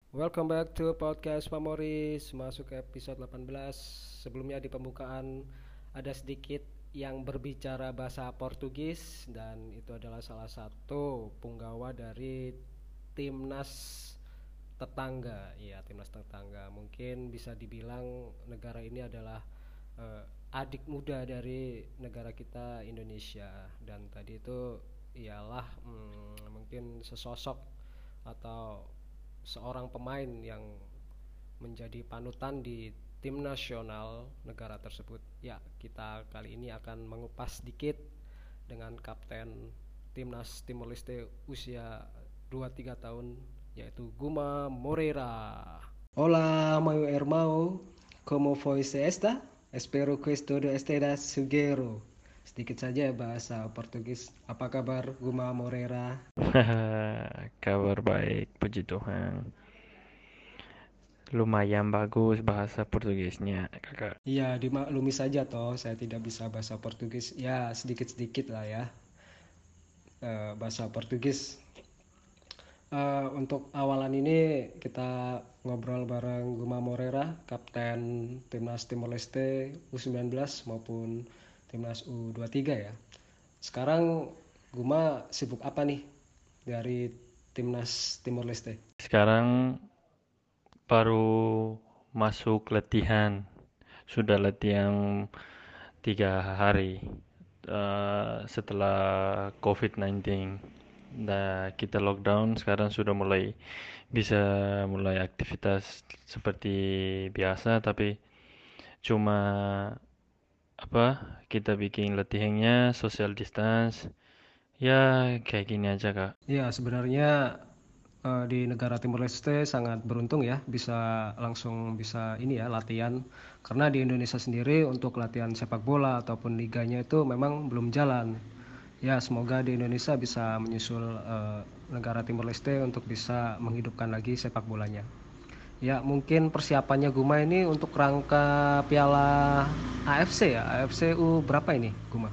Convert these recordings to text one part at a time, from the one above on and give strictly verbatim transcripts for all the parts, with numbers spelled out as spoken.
Welcome back to podcast Pamoris. Masuk ke episode delapan belas. Sebelumnya di pembukaan ada sedikit yang berbicara bahasa Portugis, dan itu adalah salah satu punggawa dari timnas tetangga. Ya, timnas tetangga. Mungkin bisa dibilang negara ini adalah eh, adik muda dari negara kita Indonesia. Dan tadi itu ialah hmm, mungkin sesosok atau seorang pemain yang menjadi panutan di tim nasional negara tersebut. Ya, kita kali ini akan mengupas sedikit dengan kapten timnas Timor Leste usia dua puluh tiga tahun, yaitu Guma Moreira. Hola, meu irmão. Como foi esta? Espero que todo esteja seguro. Sedikit saja bahasa Portugis. Apa kabar, Guma Moreira? Kabar baik, puji Tuhan. Lumayan bagus bahasa Portugisnya, kakak. Iya, dimaklumi saja toh, saya tidak bisa bahasa Portugis. Ya, sedikit-sedikit lah ya, eh, bahasa Portugis. Eh, untuk awalan ini kita ngobrol bareng Guma Moreira, Kapten Timnas Timor Leste U sembilan belas maupun Timnas U dua puluh tiga ya. Sekarang Guma sibuk apa nih dari Timnas Timor Leste? Sekarang baru masuk latihan. Sudah latihan tiga hari eh, setelah covid sembilan belas. Nah, kita lockdown sekarang sudah mulai bisa mulai aktivitas seperti biasa, tapi cuma apa kita bikin latihannya social distance. Ya, kayak gini aja, Kak. Ya, sebenarnya eh, di negara Timor Leste sangat beruntung ya, bisa langsung bisa ini ya latihan. Karena di Indonesia sendiri untuk latihan sepak bola ataupun liganya itu memang belum jalan. Ya, semoga di Indonesia bisa menyusul eh, negara Timor Leste untuk bisa menghidupkan lagi sepak bolanya. Ya, mungkin persiapannya Guma ini untuk rangka Piala A F C ya, A F C U berapa ini, Guma?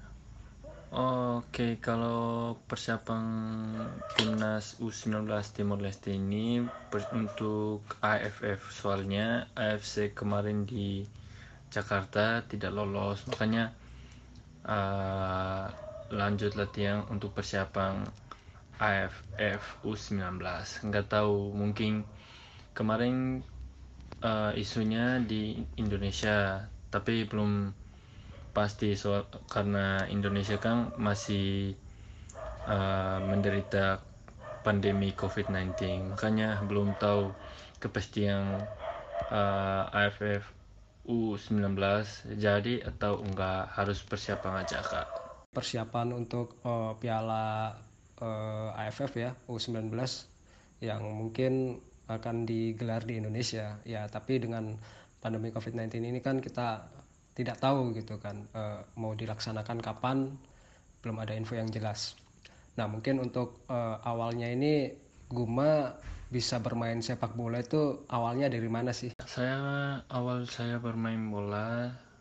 Oke, kalau persiapan timnas U sembilan belas Timor Leste ini per- untuk A F F, soalnya A F C kemarin di Jakarta tidak lolos, makanya uh, lanjut latihan untuk persiapan A F F U sembilan belas. Nggak tahu, mungkin kemarin uh, isunya di Indonesia, tapi belum pasti soal karena Indonesia kan masih uh, menderita pandemi covid sembilan belas, makanya belum tahu kepastian uh, A F F U sembilan belas jadi atau enggak, harus persiapan aja, Kak. Persiapan untuk eh, Piala eh, A F F ya U sembilan belas yang mungkin akan digelar di Indonesia ya, tapi dengan pandemi covid sembilan belas ini kan kita tidak tahu gitu kan eh, mau dilaksanakan kapan, belum ada info yang jelas. Nah, mungkin untuk eh, awalnya ini Guma bisa bermain sepak bola itu awalnya dari mana sih? Saya awal saya bermain bola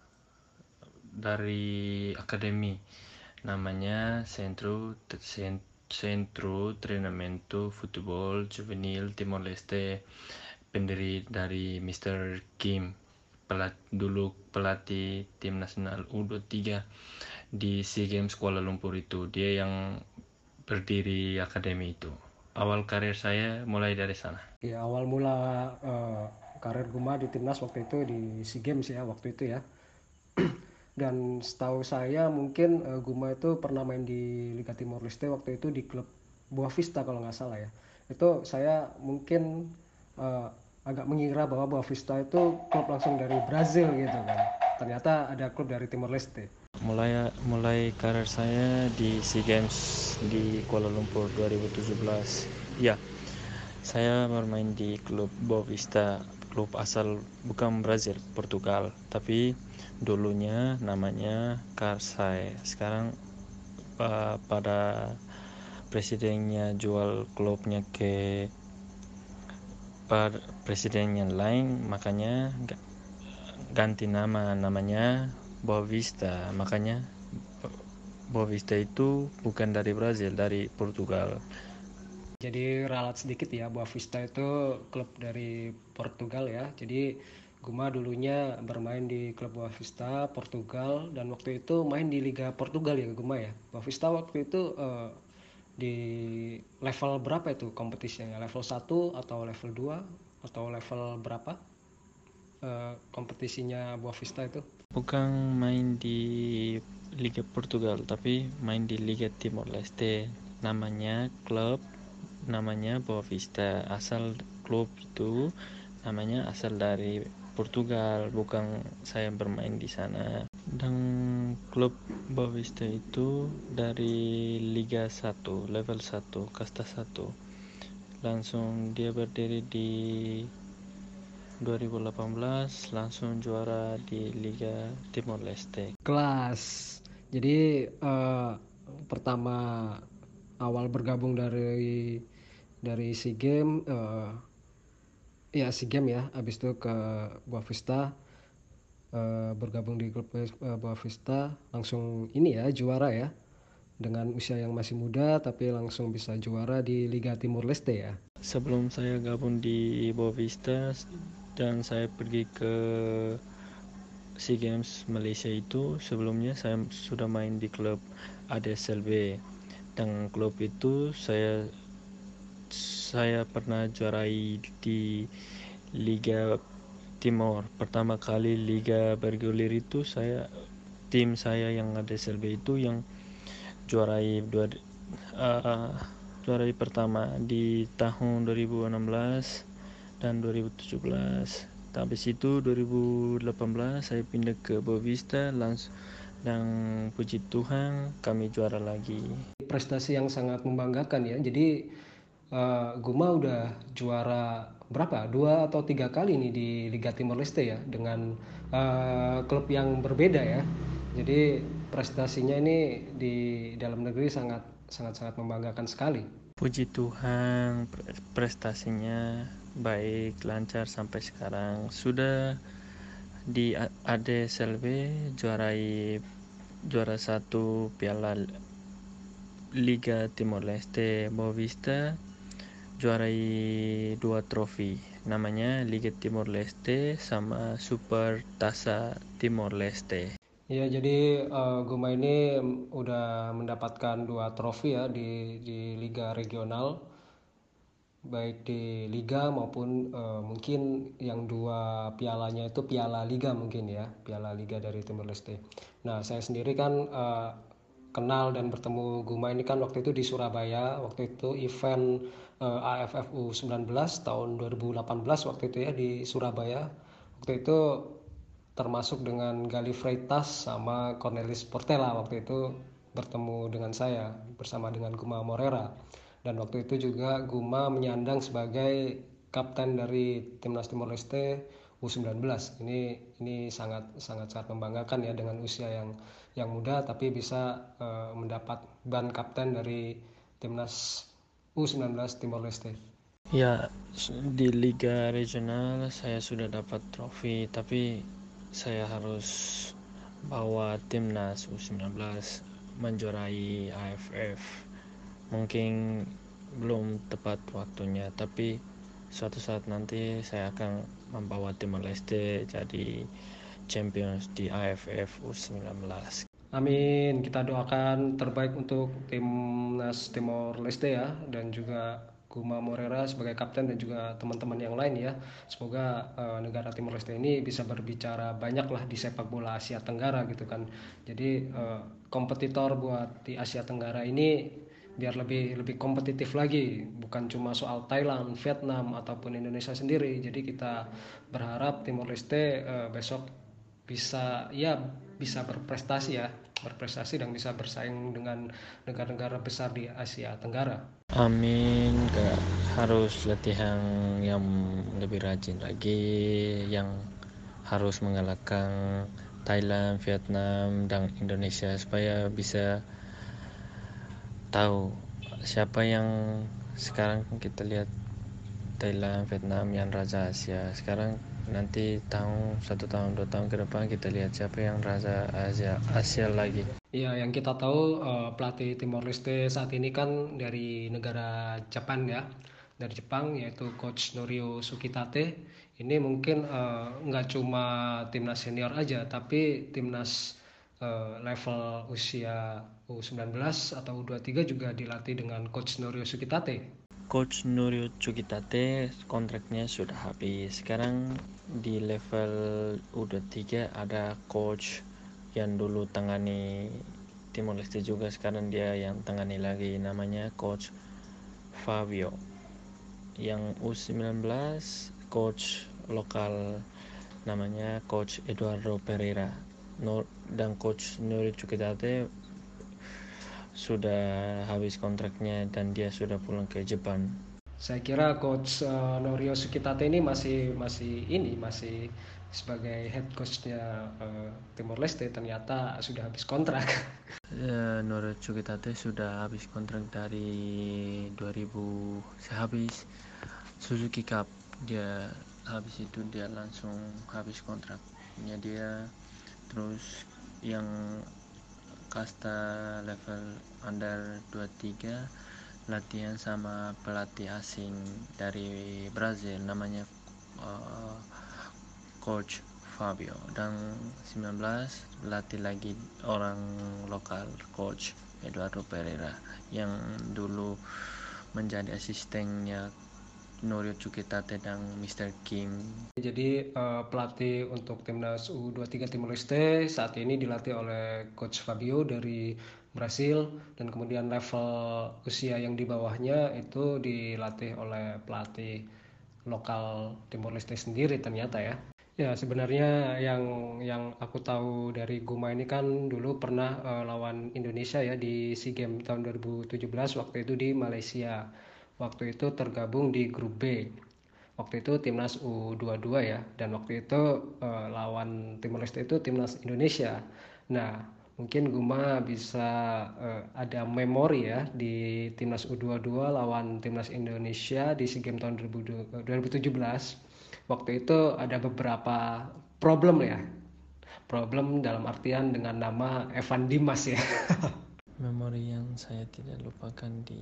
dari akademi, namanya Centro Centro Treinamento Futbol Juvenil Timor Leste, pendiri dari mister Kim, pelat, dulu pelatih tim nasional U dua puluh tiga di SEA Games Kuala Lumpur. Itu dia yang berdiri akademi itu. Awal karir saya mulai dari sana. Ya, awal mula eh, karir Guma di timnas waktu itu di SEA Games ya waktu itu ya. Dan setahu saya mungkin uh, Guma itu pernah main di Liga Timor Leste waktu itu di klub Boavista kalau nggak salah ya. Itu saya mungkin uh, agak mengira bahwa Boavista itu klub langsung dari Brazil gitu kan. Ternyata ada klub dari Timor Leste. Mulai mulai karir saya di SEA Games di Kuala Lumpur dua ribu tujuh belas. Ya, saya bermain di klub Boavista, klub asal bukan Brazil, Portugal, tapi dulunya namanya Karsai. Sekarang uh, pada presidennya jual klubnya ke per presiden yang lain, makanya ganti nama, namanya Boavista. Makanya Boavista itu bukan dari Brazil, dari Portugal. Jadi ralat sedikit ya, Boa Vista itu klub dari Portugal ya. Jadi Guma dulunya bermain di klub Boa Vista Portugal, dan waktu itu main di Liga Portugal ya Guma ya. Boa Vista waktu itu uh, di level berapa itu kompetisinya? Level satu atau level dua atau level berapa uh, kompetisinya Boa Vista itu? Bukan main di Liga Portugal, tapi main di Liga Timor Leste. Namanya klub namanya Boa Vista. Asal klub itu namanya asal dari Portugal, bukan saya bermain di sana. Dan klub Boa Vista itu dari Liga satu, level satu, kasta satu. Langsung dia berdiri di dua ribu delapan belas, langsung juara di Liga Timor Leste. Kelas. Jadi uh, pertama awal bergabung dari dari SEA Games uh, ya SEA Games ya, habis itu ke Boa Vista, uh, bergabung di klub uh, Boa Vista, langsung ini ya juara ya, dengan usia yang masih muda tapi langsung bisa juara di Liga Timur Leste ya. Sebelum saya gabung di Boa Vista dan saya pergi ke SEA Games Malaysia itu, sebelumnya saya sudah main di klub A D S L B. Dan klub itu saya saya pernah juarai di Liga Timor. Pertama kali liga bergulir itu saya tim saya yang A D S L B itu yang juarai dua uh, juarai pertama di tahun dua ribu enam belas dan dua ribu tujuh belas. Habis itu dua ribu delapan belas saya pindah ke Boa Vista langsung, dan puji Tuhan kami juara lagi. Prestasi yang sangat membanggakan ya. Jadi uh, Guma udah juara berapa? Dua atau tiga kali nih di Liga Timor Leste ya, dengan uh, klub yang berbeda ya. Jadi prestasinya ini di dalam negeri sangat sangat sangat membanggakan sekali. Puji Tuhan prestasinya baik, lancar sampai sekarang. Sudah di A D S L B juarai juara satu Piala Liga Timor Leste. Boa Vista juarai dua trofi, namanya Liga Timor Leste sama Super Tasa Timor Leste. Ya, jadi uh, Guma ini udah mendapatkan dua trofi ya di di liga regional, baik di liga maupun uh, mungkin yang dua pialanya itu piala liga mungkin ya, piala liga dari Timor Leste. Nah, saya sendiri kan uh, kenal dan bertemu Guma ini kan waktu itu di Surabaya, waktu itu event uh, A F F U sembilan belas tahun dua ribu delapan belas waktu itu ya di Surabaya. Waktu itu termasuk dengan Gali Freitas sama Cornelis Portela waktu itu bertemu dengan saya bersama dengan Guma Morera. Dan waktu itu juga Guma menyandang sebagai kapten dari Timnas Timor Leste U sembilan belas. Ini ini sangat sangat sangat membanggakan ya, dengan usia yang yang muda tapi bisa uh, mendapat ban kapten dari Timnas U sembilan belas Timor Leste. Ya, di liga regional saya sudah dapat trofi, tapi saya harus bawa timnas U sembilan belas menjuarai A F F. Mungkin belum tepat waktunya, tapi suatu saat nanti saya akan membawa Timor Leste jadi champions di A F F U sembilan belas. Amin, kita doakan terbaik untuk timnas Timor Leste ya, dan juga Guma Morera sebagai kapten dan juga teman-teman yang lain ya. Semoga uh, negara Timor Leste ini bisa berbicara banyak lah di sepak bola Asia Tenggara gitu kan. Jadi uh, kompetitor buat di Asia Tenggara ini biar lebih lebih kompetitif lagi, bukan cuma soal Thailand, Vietnam ataupun Indonesia sendiri. Jadi kita berharap Timor Leste uh, besok bisa ya bisa berprestasi ya, berprestasi dan bisa bersaing dengan negara-negara besar di Asia Tenggara. Amin. Gak harus latihan yang lebih rajin lagi, yang harus mengalahkan Thailand, Vietnam, dan Indonesia supaya bisa tahu siapa yang sekarang kita lihat Thailand, Vietnam yang raja Asia. Sekarang nanti tahun satu tahun dua tahun ke depan kita lihat siapa yang raja Asia Asia lagi. Iya, yang kita tahu uh, pelatih Timor Leste saat ini kan dari negara Jepang ya, dari Jepang yaitu Coach Norio Sukitate. Ini mungkin uh, nggak cuma timnas senior aja, tapi timnas uh, level usia U sembilan belas atau U dua puluh tiga juga dilatih dengan Coach Norio Sukitate. Coach Nurio Cukitate kontraknya sudah habis. Sekarang di level U dua puluh tiga ada coach yang dulu tangani Timor Leste juga, sekarang dia yang tangani lagi, namanya Coach Fabio. Yang U sembilan belas coach lokal namanya Coach Eduardo Pereira. Dan Coach Nurio Cukitate sudah habis kontraknya dan dia sudah pulang ke Jepang. Saya kira Coach uh, Norio Sukitate ini masih masih ini masih sebagai head coachnya uh, Timor Leste, ternyata sudah habis kontrak. Uh, Norio Sukitate sudah habis kontrak dari dua ribu sehabis Suzuki Cup. Dia habis itu dia langsung habis kontraknya dia. Terus yang kasta level under dua puluh tiga latihan sama pelatih asing dari Brazil namanya uh, Coach Fabio. Dan sembilan belas latih lagi orang lokal Coach Eduardo Pereira yang dulu menjadi asistennya Norio Cukitate dan mister Kim. Jadi uh, pelatih untuk timnas U dua puluh tiga Timor Leste saat ini dilatih oleh Coach Fabio dari Brasil, dan kemudian level usia yang di bawahnya itu dilatih oleh pelatih lokal Timor Leste sendiri ternyata ya. Ya sebenarnya yang yang aku tahu dari Guma ini kan dulu pernah uh, lawan Indonesia ya di SEA Games tahun dua ribu tujuh belas, waktu itu di Malaysia. Waktu itu tergabung di grup B. Waktu itu timnas U dua puluh dua ya, dan waktu itu uh, lawan Timor Leste itu timnas Indonesia. Nah, mungkin Guma bisa uh, ada memori ya di timnas U dua puluh dua lawan timnas Indonesia di SEA Games tahun dua ribu tujuh belas. Waktu itu ada beberapa problem ya. Problem dalam artian dengan nama Evan Dimas ya. Memori yang saya tidak lupakan di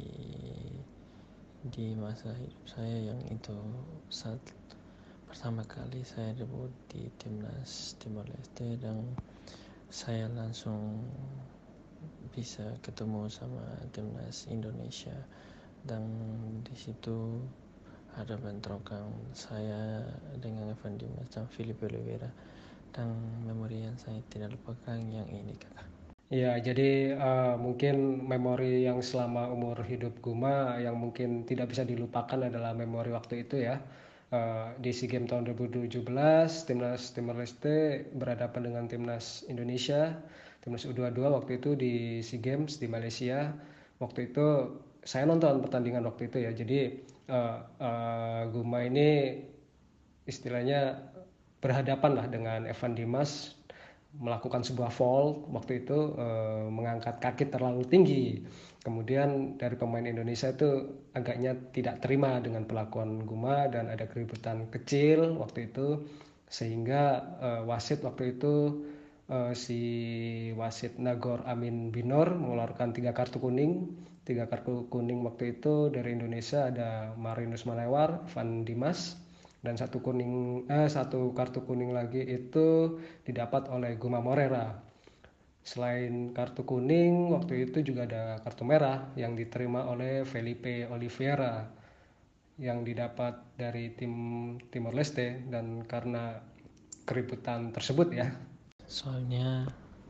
di masa hidup saya yang itu saat pertama kali saya debut di timnas Timor Leste dan saya langsung bisa ketemu sama timnas Indonesia, dan di situ ada bentrokan saya dengan Evan Dimas dan Filipe Oliveira, dan memori yang saya tidak lupakan yang ini kakak. Ya, jadi uh, mungkin memori yang selama umur hidup Guma yang mungkin tidak bisa dilupakan adalah memori waktu itu ya. Uh, di SEA Games tahun dua ribu tujuh belas, timnas Timor Leste berhadapan dengan timnas Indonesia, timnas U dua puluh dua waktu itu di SEA Games di Malaysia. Waktu itu saya nonton pertandingan waktu itu ya. Jadi uh, uh, Guma ini istilahnya berhadapan lah dengan Evan Dimas, melakukan sebuah foul waktu itu, e, mengangkat kaki terlalu tinggi. Kemudian dari pemain Indonesia itu agaknya tidak terima dengan perlakuan Guma dan ada keributan kecil waktu itu, sehingga e, wasit waktu itu e, si wasit Nagor Amin Binor mengeluarkan tiga kartu kuning. Tiga kartu kuning waktu itu dari Indonesia ada Marinus Malewar, Van Dimas, dan satu kuning eh satu kartu kuning lagi itu didapat oleh Guma Morera. Selain kartu kuning, waktu itu juga ada kartu merah yang diterima oleh Felipe Oliveira yang didapat dari tim Timor Leste. Dan karena keributan tersebut ya, soalnya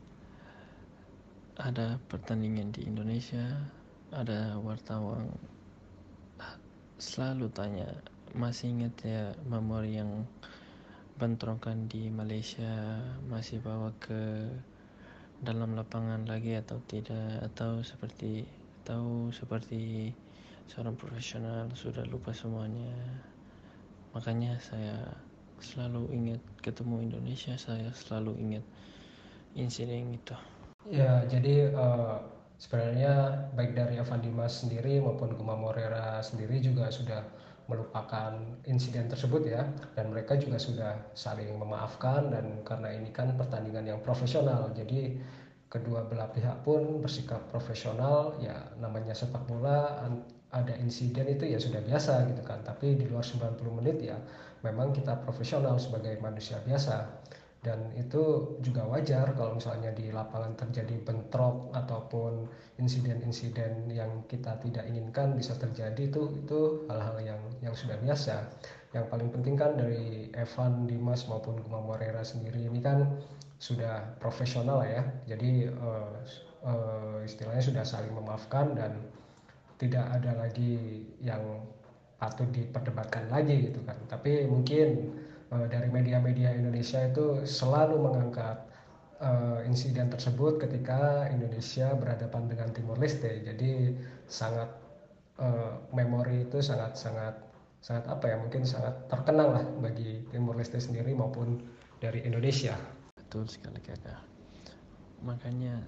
ada pertandingan di Indonesia, ada wartawan selalu tanya, masih ingat ya memori yang bentrokan di Malaysia, masih bawa ke dalam lapangan lagi atau tidak, atau seperti tahu seperti seorang profesional sudah lupa semuanya. Makanya saya selalu ingat ketemu Indonesia, saya selalu ingat insiden itu. Ya, jadi uh, sebenarnya baik dari Evan Dimas sendiri maupun Guma Morera sendiri juga sudah melupakan insiden tersebut ya, dan mereka juga sudah saling memaafkan. Dan karena ini kan pertandingan yang profesional, jadi kedua belah pihak pun bersikap profesional. Ya namanya sepak bola, ada insiden itu ya sudah biasa gitu kan, tapi di luar sembilan puluh menit ya memang kita profesional sebagai manusia biasa. Dan itu juga wajar kalau misalnya di lapangan terjadi bentrok ataupun insiden-insiden yang kita tidak inginkan bisa terjadi. Itu itu hal-hal yang yang sudah biasa. Yang paling penting kan dari Evan Dimas maupun Guma Moreira sendiri ini kan sudah profesional ya, jadi uh, uh, istilahnya sudah saling memaafkan dan tidak ada lagi yang patut diperdebatkan lagi gitu kan. Tapi mungkin uh, dari media-media Indonesia itu selalu mengangkat uh, insiden tersebut ketika Indonesia berhadapan dengan Timor Leste. Jadi sangat uh, memori itu sangat sangat sangat apa ya, mungkin sangat terkenang lah bagi Timor Leste sendiri maupun dari Indonesia. Betul sekali kakak. Makanya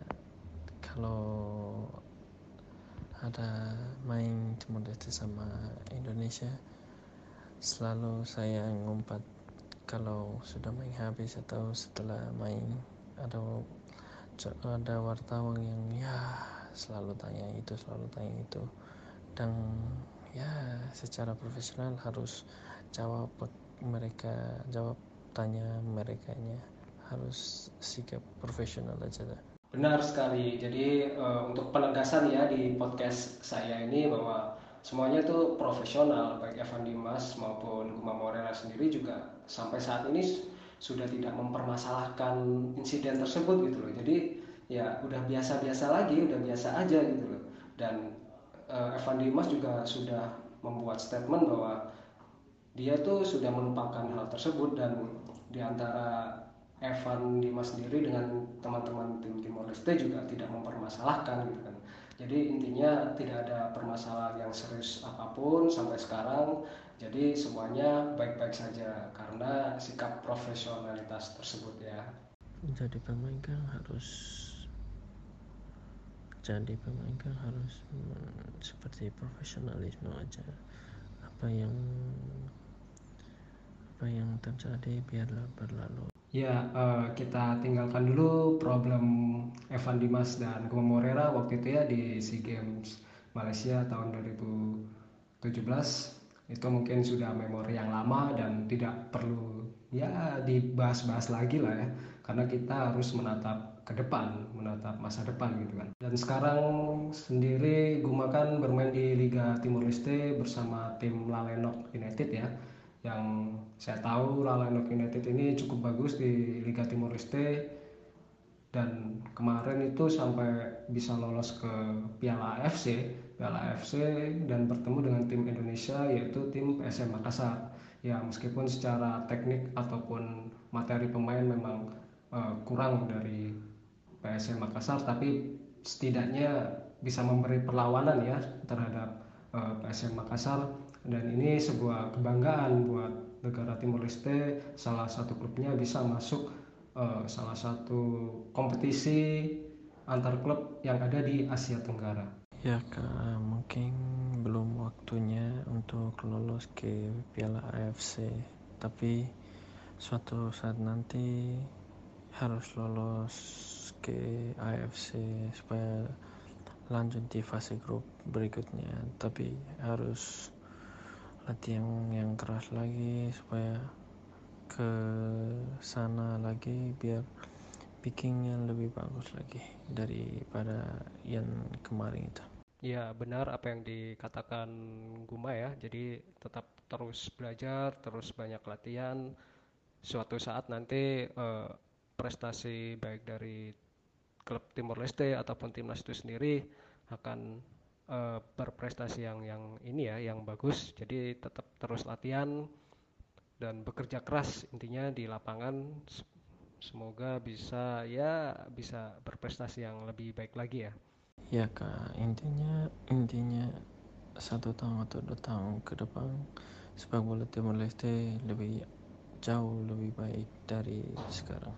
kalau ada main Timor Leste sama Indonesia, selalu saya ngumpat kalau sudah main habis atau setelah main, ada ada wartawan yang ya selalu tanya itu selalu tanya itu dan ya secara profesional harus jawab mereka, jawab tanya mereka nya harus sikap profesional aja dah. Benar sekali. Jadi uh, untuk penegasan ya di podcast saya ini bahwa semuanya itu profesional, baik Evan Dimas maupun Guma Moreira sendiri juga sampai saat ini sudah tidak mempermasalahkan insiden tersebut gitu loh. Jadi ya udah biasa-biasa lagi, udah biasa aja gitu loh. Dan uh, Evan Dimas juga sudah membuat statement bahwa dia tuh sudah melupakan hal tersebut. Dan diantara Evan Dimas sendiri dengan teman-teman tim Timor Leste juga tidak mempermasalahkan gitu kan. Jadi intinya tidak ada permasalahan yang serius apapun sampai sekarang. Jadi semuanya baik-baik saja karena sikap profesionalitas tersebut ya. Jadi pemain kan harus jadi pemain kan harus hmm, seperti profesionalisme aja. Apa yang apa yang terjadi biarlah berlalu. Ya, uh, kita tinggalkan dulu problem Evan Dimas dan Guma Moreira waktu itu ya di SEA Games Malaysia tahun dua ribu tujuh belas. Itu mungkin sudah memori yang lama dan tidak perlu ya dibahas-bahas lagi lah ya, karena kita harus menatap ke depan, menatap masa depan gitu kan. Dan sekarang sendiri Guma kan bermain di Liga Timor Leste bersama tim Lalenok United ya, yang saya tahu Lalenok United ini cukup bagus di Liga Timor Leste. Dan kemarin itu sampai bisa lolos ke Piala A F C, Piala A F C dan bertemu dengan tim Indonesia yaitu tim P S M Makassar. Ya meskipun secara teknik ataupun materi pemain memang uh, kurang dari P S M Makassar, tapi setidaknya bisa memberi perlawanan ya terhadap uh, P S M Makassar. Dan ini sebuah kebanggaan buat negara Timor Leste, salah satu klubnya bisa masuk uh, salah satu kompetisi antar klub yang ada di Asia Tenggara. Ya kak, mungkin belum waktunya untuk lolos ke Piala A F C, tapi suatu saat nanti harus lolos ke A F C supaya lanjut di fase grup berikutnya. Tapi harus latihan yang keras lagi supaya ke sana lagi biar bikinnya lebih bagus lagi daripada yang kemarin itu. Ya benar apa yang dikatakan Guma ya, jadi tetap terus belajar, terus banyak latihan. Suatu saat nanti eh, prestasi baik dari klub Timor Leste ataupun timnas itu sendiri akan uh, berprestasi yang yang ini ya, yang bagus. Jadi tetap terus latihan dan bekerja keras intinya di lapangan. Semoga bisa ya bisa berprestasi yang lebih baik lagi ya. Ya kak, intinya intinya satu tahun atau dua tahun ke depan sepak bola Timor Leste lebih jauh lebih baik dari sekarang.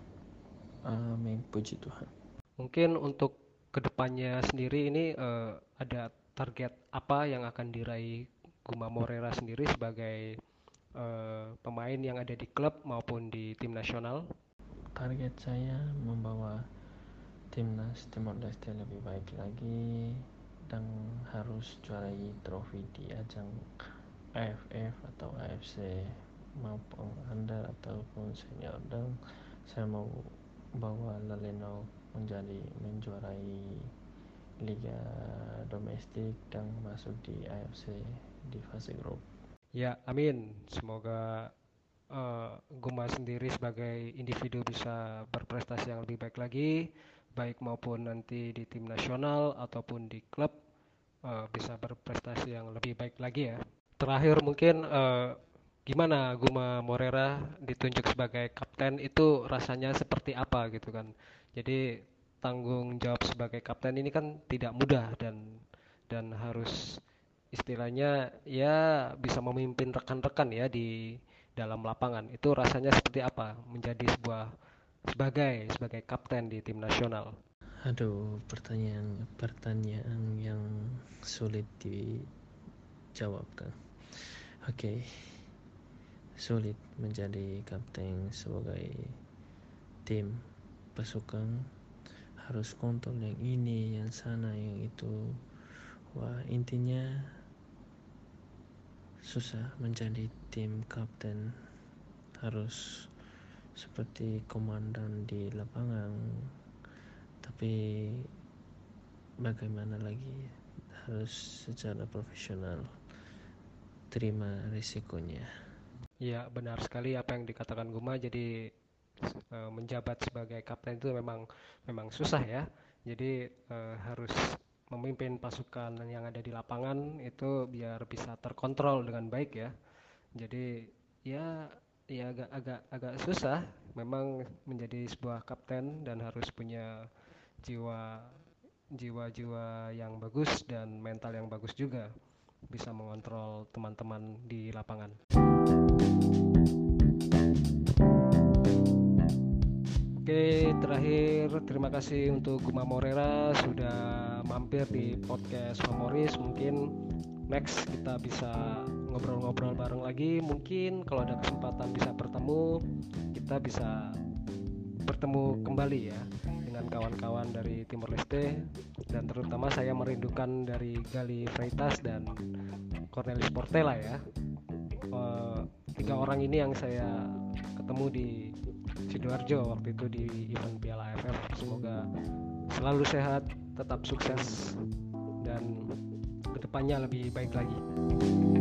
Amin, puji Tuhan. Mungkin untuk kedepannya sendiri ini uh, ada target apa yang akan diraih Guma Moreira sendiri sebagai uh, pemain yang ada di klub maupun di tim nasional? Target saya membawa timnas Timor Leste lebih baik lagi dan harus juarai trofi di ajang A F F atau A F C maupun under ataupun senior, dan saya mau bawa Laleno menjadi menjuarai liga domestik dan masuk di A F C di fase grup. Ya, amin. Semoga uh, Guma sendiri sebagai individu bisa berprestasi yang lebih baik lagi, baik maupun nanti di tim nasional ataupun di klub uh, bisa berprestasi yang lebih baik lagi ya. Terakhir mungkin uh, gimana Guma Moreira ditunjuk sebagai kapten itu rasanya seperti apa gitu kan. Jadi tanggung jawab sebagai kapten ini kan tidak mudah dan dan harus istilahnya ya bisa memimpin rekan-rekan ya di dalam lapangan. Itu rasanya seperti apa menjadi sebuah sebagai sebagai kapten di tim nasional? Aduh, pertanyaan pertanyaan yang sulit dijawabkan. Oke, okay. Sulit menjadi kapten sebagai tim pasukan, harus kontrol yang ini, yang sana, yang itu. Wah, intinya susah menjadi tim kapten, harus seperti komandan di lapangan, tapi bagaimana lagi, harus secara profesional terima risikonya. Ya, benar sekali apa yang dikatakan Guma. Jadi e, menjabat sebagai kapten itu memang memang susah ya. Jadi e, harus memimpin pasukan yang ada di lapangan itu biar bisa terkontrol dengan baik ya. Jadi ya ya agak agak agak susah memang menjadi sebuah kapten dan harus punya jiwa jiwa-jiwa yang bagus dan mental yang bagus juga, bisa mengontrol teman-teman di lapangan. Oke, terakhir terima kasih untuk Guma Moreira sudah mampir di podcast Famoris. Mungkin next kita bisa ngobrol-ngobrol bareng lagi. Mungkin kalau ada kesempatan bisa bertemu, kita bisa bertemu kembali ya dengan kawan-kawan dari Timor Leste, dan terutama saya merindukan dari Gali Freitas dan Cornelis Portela ya. Uh, tiga orang ini yang saya ketemu di Sidoarjo waktu itu di event Piala A F F. Semoga selalu sehat, tetap sukses, dan kedepannya lebih baik lagi.